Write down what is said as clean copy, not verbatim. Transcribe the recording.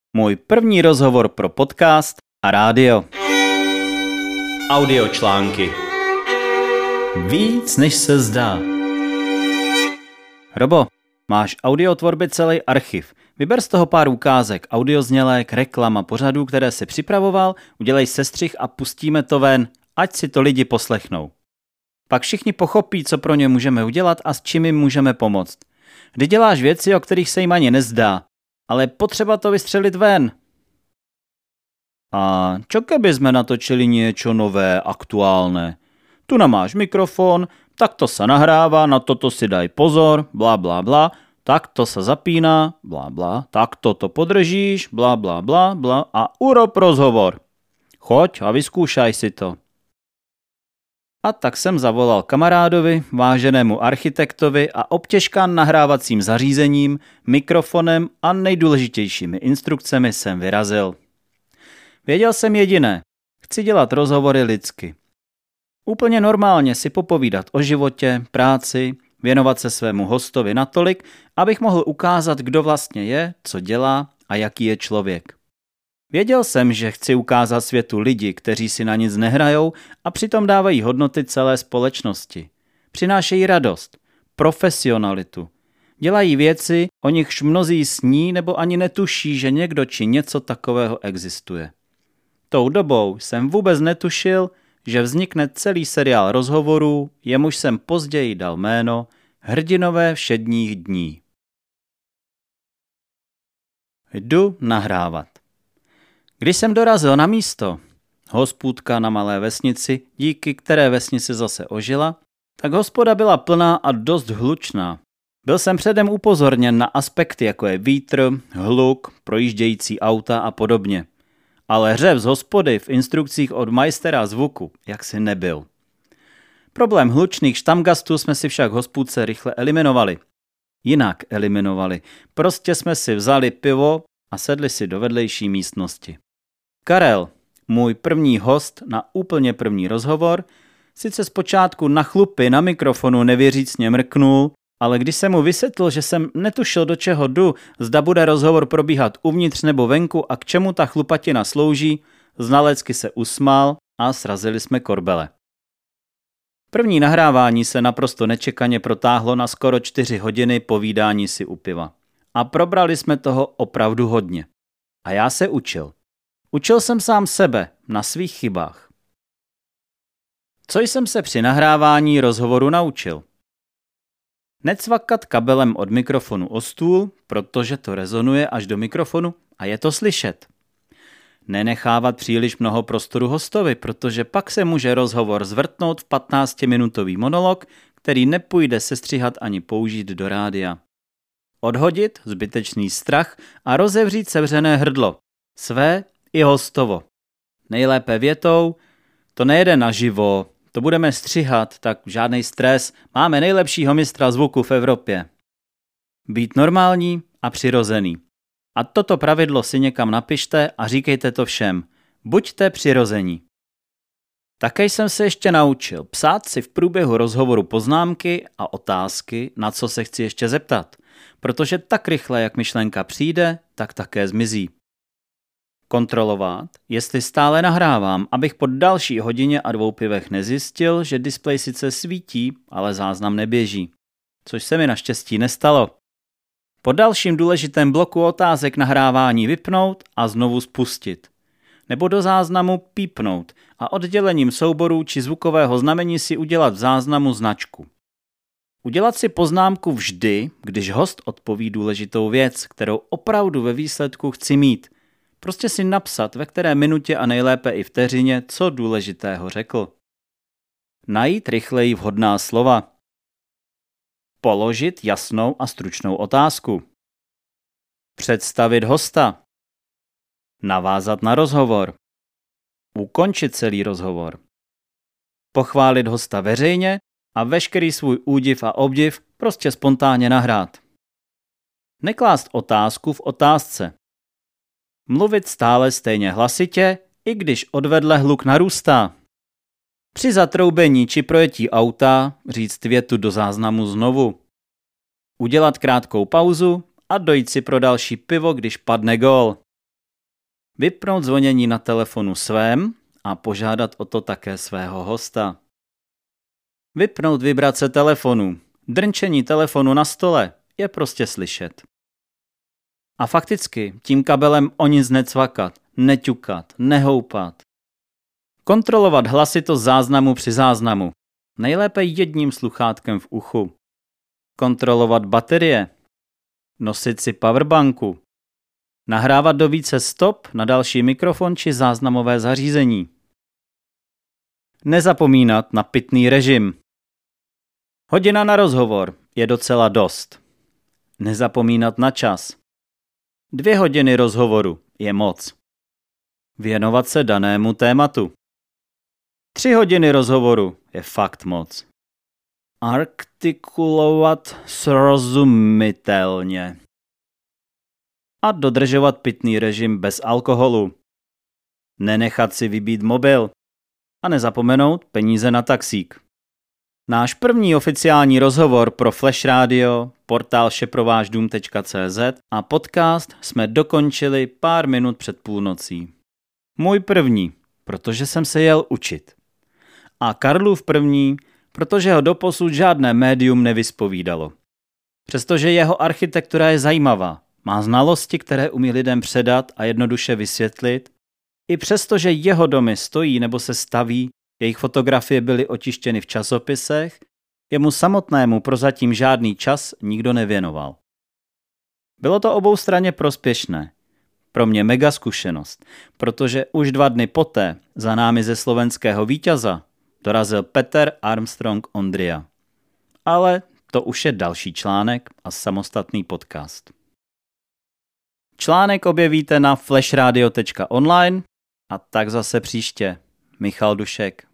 Můj první rozhovor pro podcast a rádio. Audiočlánky. Víc než se zdá. Robo, máš audiotvorby celý archiv. Vyber z toho pár ukázek, audioznělek, reklam a pořadů, které si připravoval, udělej sestřih a pustíme to ven, ať si to lidi poslechnou. Pak všichni pochopí, co pro ně můžeme udělat a s čím jim můžeme pomoct. Kdy děláš věci, o kterých se jim ani nezdá, ale potřeba to vystřelit ven. A čo keby sme natočili niečo nové, aktuálne? Tu máš mikrofon, takto sa nahráva, na toto si daj pozor, bla bla bla, takto sa zapína, bla bla, takto to podržíš, bla bla bla bla a urob rozhovor. Choď a vyskúšaj si to. A tak jsem zavolal kamarádovi, váženému architektovi a obtěžkán nahrávacím zařízením, mikrofonem a nejdůležitějšími instrukcemi jsem vyrazil. Věděl jsem jediné, chci dělat rozhovory lidsky. Úplně normálně si popovídat o životě, práci, věnovat se svému hostovi natolik, abych mohl ukázat, kdo vlastně je, co dělá a jaký je člověk. Věděl jsem, že chci ukázat světu lidi, kteří si na nic nehrajou a přitom dávají hodnoty celé společnosti. Přinášejí radost, profesionalitu. Dělají věci, o nichž mnozí sní nebo ani netuší, že někdo či něco takového existuje. Tou dobou jsem vůbec netušil, že vznikne celý seriál rozhovorů, jemuž jsem později dal jméno Hrdinové všedních dní. Jdu nahrávat. Když jsem dorazil na místo, hospůdka na malé vesnici, díky které vesnici zase ožila, tak hospoda byla plná a dost hlučná. Byl jsem předem upozorněn na aspekty, jako je vítr, hluk, projíždějící auta a podobně. Ale řev z hospody v instrukcích od majstera zvuku jaksi nebyl. Problém hlučných štamgastů jsme si však hospůdce rychle eliminovali. Prostě jsme si vzali pivo a sedli si do vedlejší místnosti. Karel, můj první host na úplně první rozhovor, sice zpočátku na chlupy na mikrofonu nevěřícně mrknul, ale když jsem mu vysvětlil, že jsem netušil, do čeho jdu, zda bude rozhovor probíhat uvnitř nebo venku a k čemu ta chlupatina slouží, znalecky se usmál a srazili jsme korbele. První nahrávání se naprosto nečekaně protáhlo na skoro 4 hodiny povídání si u piva. A probrali jsme toho opravdu hodně. A já se učil. Učil jsem sám sebe na svých chybách. Co jsem se při nahrávání rozhovoru naučil? Necvakat kabelem od mikrofonu o stůl, protože to rezonuje až do mikrofonu a je to slyšet. Nenechávat příliš mnoho prostoru hostovi, protože pak se může rozhovor zvrtnout v 15-minutový monolog, který nepůjde sestříhat ani použít do rádia. Odhodit zbytečný strach a rozevřít sevřené hrdlo. Své i hostovo. Nejlépe větou, to nejede naživo, to budeme střihat, tak žádnej stres, máme nejlepšího mistra zvuku v Evropě. Být normální a přirozený. A toto pravidlo si někam napište a říkejte to všem. Buďte přirození. Také jsem se ještě naučil psát si v průběhu rozhovoru poznámky a otázky, na co se chci ještě zeptat. Protože tak rychle, jak myšlenka přijde, tak také zmizí. Kontrolovat, jestli stále nahrávám, abych po další hodině a 2 pivech nezjistil, že displej sice svítí, ale záznam neběží. Což se mi naštěstí nestalo. Po dalším důležitém bloku otázek nahrávání vypnout a znovu spustit. Nebo do záznamu pípnout a oddělením souborů či zvukového znamení si udělat v záznamu značku. Udělat si poznámku vždy, když host odpoví důležitou věc, kterou opravdu ve výsledku chci mít. Prostě si napsat, ve které minutě a nejlépe i vteřině, co důležitého řekl. Najít rychleji vhodná slova. Položit jasnou a stručnou otázku. Představit hosta. Navázat na rozhovor. Ukončit celý rozhovor. Pochválit hosta veřejně a veškerý svůj údiv a obdiv prostě spontánně nahrát. Neklást otázku v otázce. Mluvit stále stejně hlasitě, i když odvedle hluk narůstá. Při zatroubení či projetí auta říct větu do záznamu znovu. Udělat krátkou pauzu a dojít si pro další pivo, když padne gól. Vypnout zvonění na telefonu svém a požádat o to také svého hosta. Vypnout vibrace telefonu. Drnčení telefonu na stole je prostě slyšet. A fakticky tím kabelem o nic necvakat, neťukat, nehoupat. Kontrolovat hlasitost záznamu při záznamu. Nejlépe jedním sluchátkem v uchu. Kontrolovat baterie. Nosit si powerbanku. Nahrávat do více stop na další mikrofon či záznamové zařízení. Nezapomínat na pitný režim. Hodina na rozhovor je docela dost. Nezapomínat na čas. 2 hodiny rozhovoru je moc. Věnovat se danému tématu. 3 hodiny rozhovoru je fakt moc. Artikulovat srozumitelně. A dodržovat pitný režim bez alkoholu. Nenechat si vybít mobil. A nezapomenout peníze na taxík. Náš první oficiální rozhovor pro Flash Radio, portál šeprováždům.cz a podcast jsme dokončili pár minut před půlnocí. Můj první, protože jsem se jel učit. A Karlův první, protože ho doposud žádné médium nevyspovídalo. Přestože jeho architektura je zajímavá, má znalosti, které umí lidem předat a jednoduše vysvětlit, i přestože jeho domy stojí nebo se staví, jejich fotografie byly otištěny v časopisech, jemu samotnému prozatím žádný čas nikdo nevěnoval. Bylo to oboustranně prospěšné. Pro mě mega zkušenost, protože už 2 dny poté za námi ze slovenského vítěza dorazil Peter Armstrong Ondria. Ale to už je další článek a samostatný podcast. Článek objevíte na flashradio.online a tak zase příště. Michal Dušek.